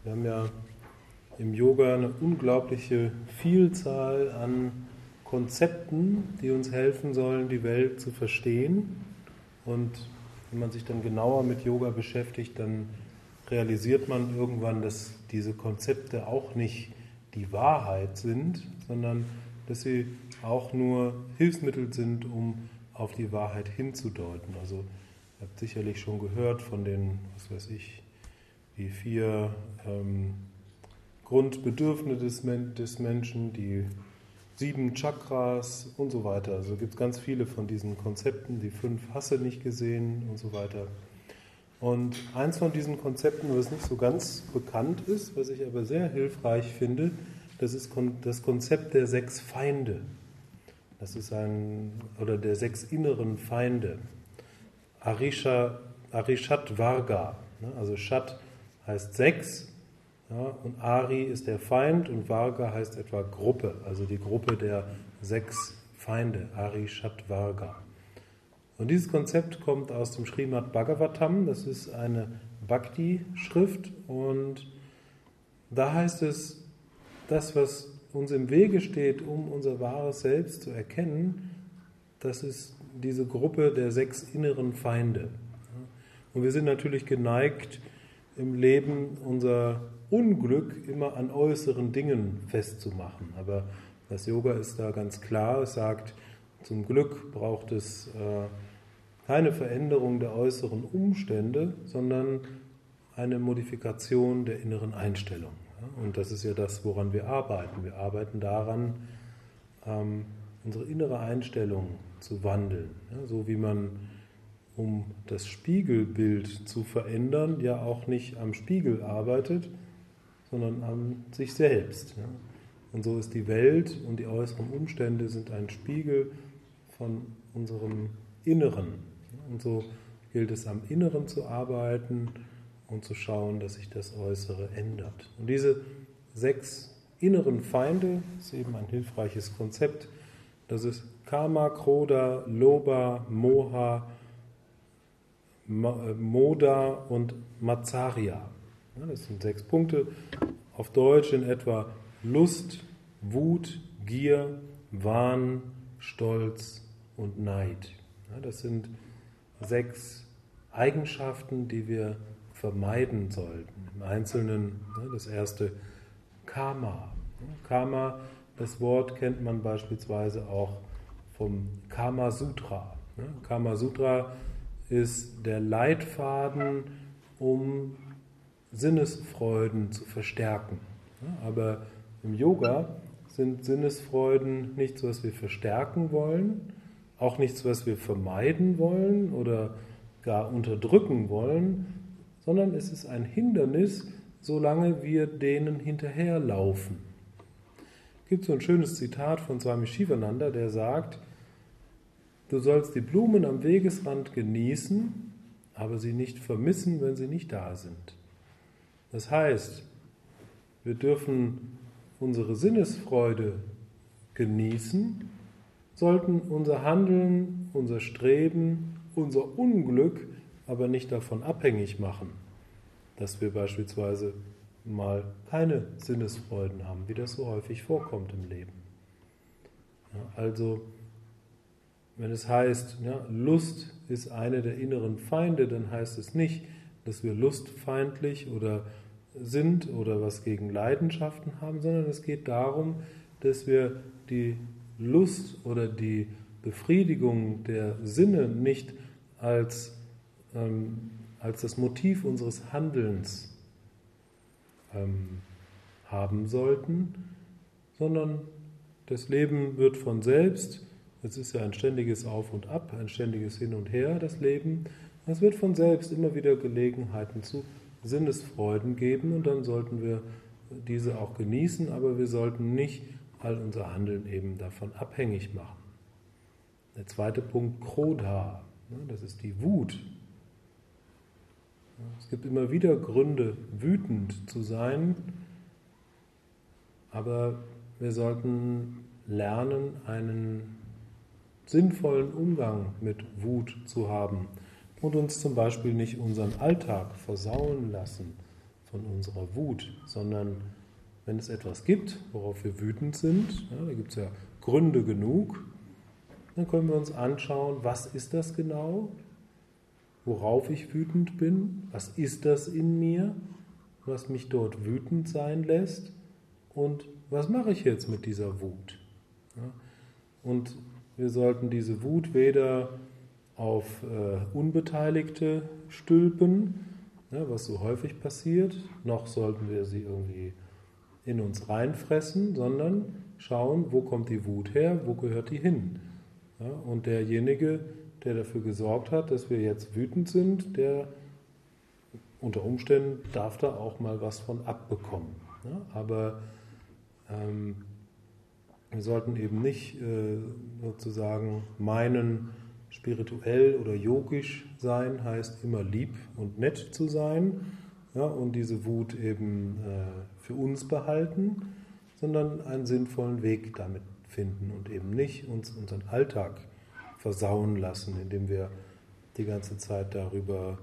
Wir haben ja im Yoga eine unglaubliche Vielzahl an Konzepten, die uns helfen sollen, die Welt zu verstehen. Und wenn man sich dann genauer mit Yoga beschäftigt, dann realisiert man irgendwann, dass diese Konzepte auch nicht die Wahrheit sind, sondern dass sie auch nur Hilfsmittel sind, um auf die Wahrheit hinzudeuten. Also ihr habt sicherlich schon gehört von den, was weiß ich, die 4 Grundbedürfnisse des Menschen, die 7 Chakras und so weiter. Also gibt es ganz viele von diesen Konzepten, die 5 hast du nicht gesehen und so weiter. Und eins von diesen Konzepten, was nicht so ganz bekannt ist, was ich aber sehr hilfreich finde, das ist das Konzept der 6 Feinde. Das ist oder der 6 inneren Feinde. Arishat Varga. Also Shat heißt 6, ja, und Ari ist der Feind und Varga heißt etwa Gruppe, also die Gruppe der 6 Feinde, Arishat Varga. Und dieses Konzept kommt aus dem Srimad Bhagavatam, das ist eine Bhakti-Schrift, und da heißt es, das, was uns im Wege steht, um unser wahres Selbst zu erkennen, das ist diese Gruppe der 6 inneren Feinde. Und wir sind natürlich geneigt, im Leben unser Unglück immer an äußeren Dingen festzumachen. Aber das Yoga ist da ganz klar. Es sagt, zum Glück braucht es keine Veränderung der äußeren Umstände, sondern eine Modifikation der inneren Einstellung. Und das ist ja das, woran wir arbeiten. Wir arbeiten daran, unsere innere Einstellung zu wandeln. So wie man, um das Spiegelbild zu verändern, ja auch nicht am Spiegel arbeitet, sondern an sich selbst. Und so ist die Welt und die äußeren Umstände sind ein Spiegel von unserem Inneren. Und so gilt es, am Inneren zu arbeiten und zu schauen, dass sich das Äußere ändert. Und diese 6 inneren Feinde, ist eben ein hilfreiches Konzept, das ist Kama, Krodha, Lobha, Moha, Moda und Matsarya. Das sind 6 Punkte. Auf Deutsch in etwa Lust, Wut, Gier, Wahn, Stolz und Neid. Das sind 6 Eigenschaften, die wir vermeiden sollten. Im Einzelnen das erste Kama. Kama, das Wort kennt man beispielsweise auch vom Kama Sutra. Kama Sutra ist der Leitfaden, um Sinnesfreuden zu verstärken. Aber im Yoga sind Sinnesfreuden nichts, was wir verstärken wollen, auch nichts, was wir vermeiden wollen oder gar unterdrücken wollen, sondern es ist ein Hindernis, solange wir denen hinterherlaufen. Es gibt so ein schönes Zitat von Swami Shivananda, der sagt, du sollst die Blumen am Wegesrand genießen, aber sie nicht vermissen, wenn sie nicht da sind. Das heißt, wir dürfen unsere Sinnesfreude genießen, sollten unser Handeln, unser Streben, unser Unglück aber nicht davon abhängig machen, dass wir beispielsweise mal keine Sinnesfreuden haben, wie das so häufig vorkommt im Leben. Ja, also, wenn es heißt, ja, Lust ist eine der inneren Feinde, dann heißt es nicht, dass wir lustfeindlich sind oder was gegen Leidenschaften haben, sondern es geht darum, dass wir die Lust oder die Befriedigung der Sinne nicht als das Motiv unseres Handelns haben sollten, sondern das Leben wird von selbst, es ist ja ein ständiges Auf und Ab, ein ständiges Hin und Her, das Leben, es wird von selbst immer wieder Gelegenheiten zu Sinnesfreuden geben und dann sollten wir diese auch genießen, aber wir sollten nicht all unser Handeln eben davon abhängig machen. Der zweite Punkt, Krodha, das ist die Wut. Es gibt immer wieder Gründe, wütend zu sein, aber wir sollten lernen, einen sinnvollen Umgang mit Wut zu haben und uns zum Beispiel nicht unseren Alltag versauen lassen von unserer Wut, sondern wenn es etwas gibt, worauf wir wütend sind, ja, da gibt es ja Gründe genug, dann können wir uns anschauen, was ist das genau, worauf ich wütend bin, was ist das in mir, was mich dort wütend sein lässt und was mache ich jetzt mit dieser Wut. Ja, und wir sollten diese Wut weder auf Unbeteiligte stülpen, ja, was so häufig passiert, noch sollten wir sie irgendwie in uns reinfressen, sondern schauen, wo kommt die Wut her, wo gehört die hin. Ja, und derjenige, der dafür gesorgt hat, dass wir jetzt wütend sind, der unter Umständen darf da auch mal was von abbekommen. Ja, aber wir sollten eben nicht sozusagen meinen, spirituell oder yogisch sein heißt immer lieb und nett zu sein, ja, und diese Wut eben für uns behalten, sondern einen sinnvollen Weg damit finden und eben nicht uns unseren Alltag versauen lassen, indem wir die ganze Zeit darüber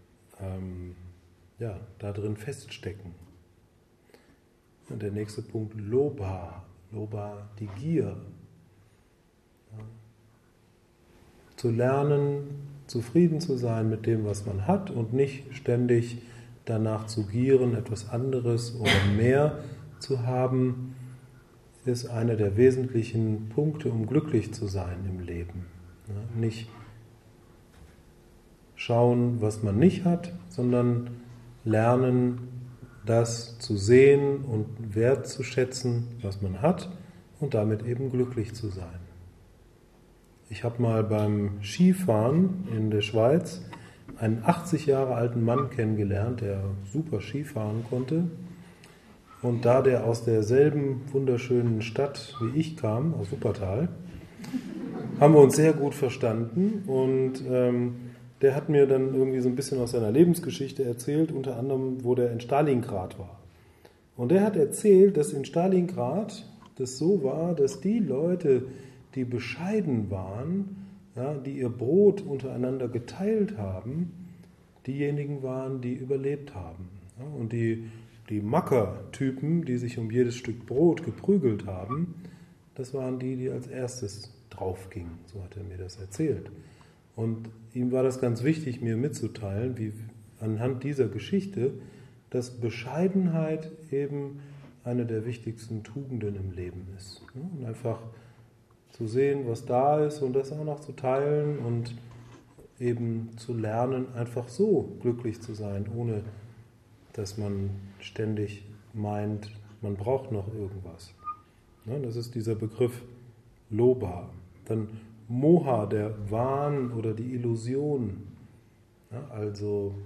da drin feststecken. Und der nächste Punkt, Lobha, die Gier. Ja. Zu lernen, zufrieden zu sein mit dem, was man hat und nicht ständig danach zu gieren, etwas anderes oder mehr zu haben, ist einer der wesentlichen Punkte, um glücklich zu sein im Leben. Ja, nicht schauen, was man nicht hat, sondern lernen, das zu sehen und wertzuschätzen, was man hat und damit eben glücklich zu sein. Ich habe mal beim Skifahren in der Schweiz einen 80 Jahre alten Mann kennengelernt, der super Skifahren konnte. Und da der aus derselben wunderschönen Stadt wie ich kam, aus Wuppertal, haben wir uns sehr gut verstanden. Und der hat mir dann irgendwie so ein bisschen aus seiner Lebensgeschichte erzählt, unter anderem, wo der in Stalingrad war. Und der hat erzählt, dass in Stalingrad das so war, dass die Leute, die bescheiden waren, ja, die ihr Brot untereinander geteilt haben, diejenigen waren, die überlebt haben. Ja, und die Macker-Typen, die sich um jedes Stück Brot geprügelt haben, das waren die, die als erstes draufgingen. So hat er mir das erzählt. Und ihm war das ganz wichtig, mir mitzuteilen, wie anhand dieser Geschichte, dass Bescheidenheit eben eine der wichtigsten Tugenden im Leben ist. Und einfach zu sehen, was da ist und das auch noch zu teilen und eben zu lernen, einfach so glücklich zu sein, ohne dass man ständig meint, man braucht noch irgendwas. Das ist dieser Begriff Lobha. Dann Moha, der Wahn oder die Illusion. Also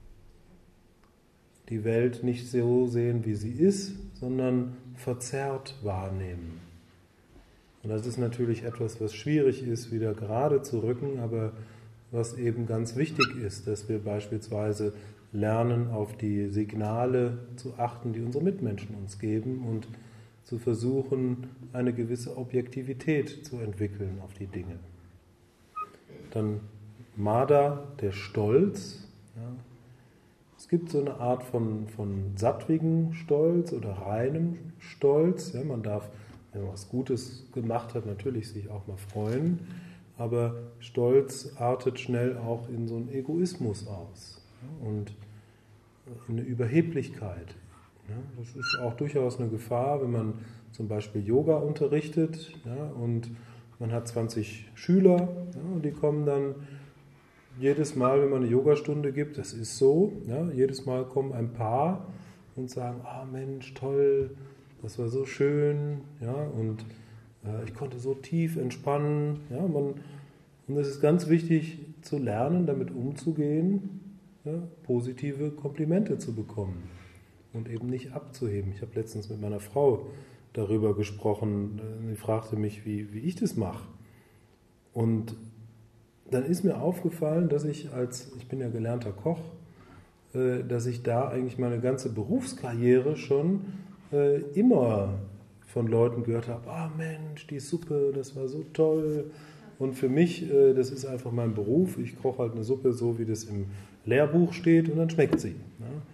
die Welt nicht so sehen, wie sie ist, sondern verzerrt wahrnehmen. Und das ist natürlich etwas, was schwierig ist, wieder gerade zu rücken, aber was eben ganz wichtig ist, dass wir beispielsweise lernen, auf die Signale zu achten, die unsere Mitmenschen uns geben und zu versuchen, eine gewisse Objektivität zu entwickeln auf die Dinge. Dann Mada, der Stolz. Ja. Es gibt so eine Art von sattwigem Stolz oder reinem Stolz. Ja, man darf, wenn man was Gutes gemacht hat, natürlich sich auch mal freuen, aber Stolz artet schnell auch in so einen Egoismus aus, ja, und in eine Überheblichkeit. Ja, das ist auch durchaus eine Gefahr, wenn man zum Beispiel Yoga unterrichtet, ja, und man hat 20 Schüler, ja, und die kommen dann jedes Mal, wenn man eine Yogastunde gibt, das ist so, ja, jedes Mal kommen ein paar und sagen, Mensch, toll, das war so schön, ja, und ich konnte so tief entspannen. Ja, und es ist ganz wichtig zu lernen, damit umzugehen, ja, positive Komplimente zu bekommen und eben nicht abzuheben. Ich habe letztens mit meiner Frau darüber gesprochen. Sie fragte mich, wie ich das mache. Und dann ist mir aufgefallen, dass ich bin ja gelernter Koch, dass ich da eigentlich meine ganze Berufskarriere schon immer von Leuten gehört habe, Mensch, die Suppe, das war so toll. Und für mich, das ist einfach mein Beruf. Ich koche halt eine Suppe so, wie das im Lehrbuch steht, und dann schmeckt sie. Ja.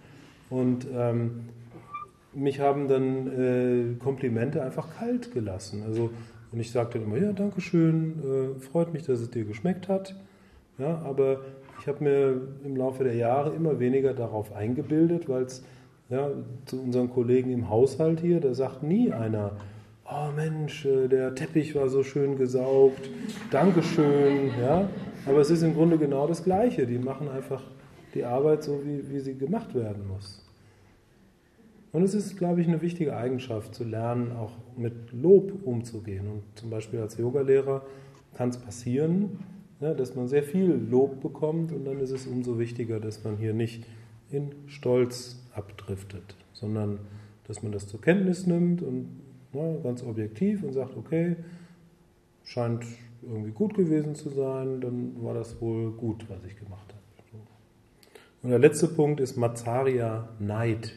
Und mich haben dann Komplimente einfach kalt gelassen. Also, und ich sagte dann immer, ja, danke schön, freut mich, dass es dir geschmeckt hat. Ja, aber ich habe mir im Laufe der Jahre immer weniger darauf eingebildet, weil es zu unseren Kollegen im Haushalt hier, da sagt nie einer, oh Mensch, der Teppich war so schön gesaugt, Dankeschön. Ja? Aber es ist im Grunde genau das Gleiche. Die machen einfach die Arbeit so, wie sie gemacht werden muss. Und es ist, glaube ich, eine wichtige Eigenschaft, zu lernen, auch mit Lob umzugehen. Und zum Beispiel als Yogalehrer kann es passieren, dass man sehr viel Lob bekommt, und dann ist es umso wichtiger, dass man hier nicht in Stolz abdriftet, sondern dass man das zur Kenntnis nimmt und ganz objektiv und sagt, okay, scheint irgendwie gut gewesen zu sein, dann war das wohl gut, was ich gemacht habe. Und der letzte Punkt ist Matsarya, Neid.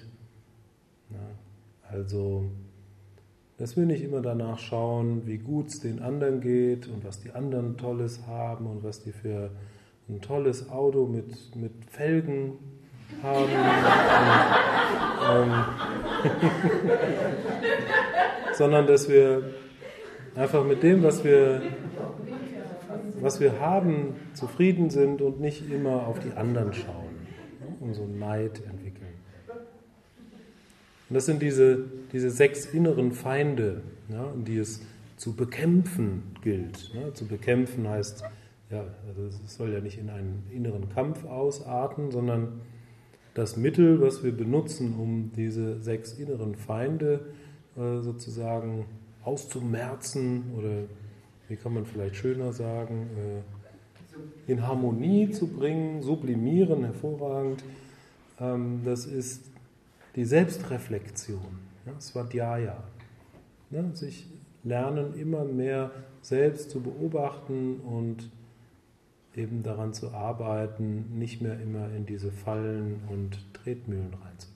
Also, dass wir nicht immer danach schauen, wie gut es den anderen geht und was die anderen Tolles haben und was die für ein tolles Auto mit Felgen haben. Sondern dass wir einfach mit dem, was wir haben, zufrieden sind und nicht immer auf die anderen schauen und so Neid entwickeln. Und das sind diese 6 inneren Feinde, die es zu bekämpfen gilt. Zu bekämpfen heißt, also es soll ja nicht in einen inneren Kampf ausarten, sondern das Mittel, was wir benutzen, um diese 6 inneren Feinde sozusagen auszumerzen, oder wie kann man vielleicht schöner sagen, in Harmonie zu bringen, sublimieren, hervorragend, das ist die Selbstreflexion, Svadhyaya. Sich lernen, immer mehr selbst zu beobachten und eben daran zu arbeiten, nicht mehr immer in diese Fallen und Tretmühlen reinzufallen.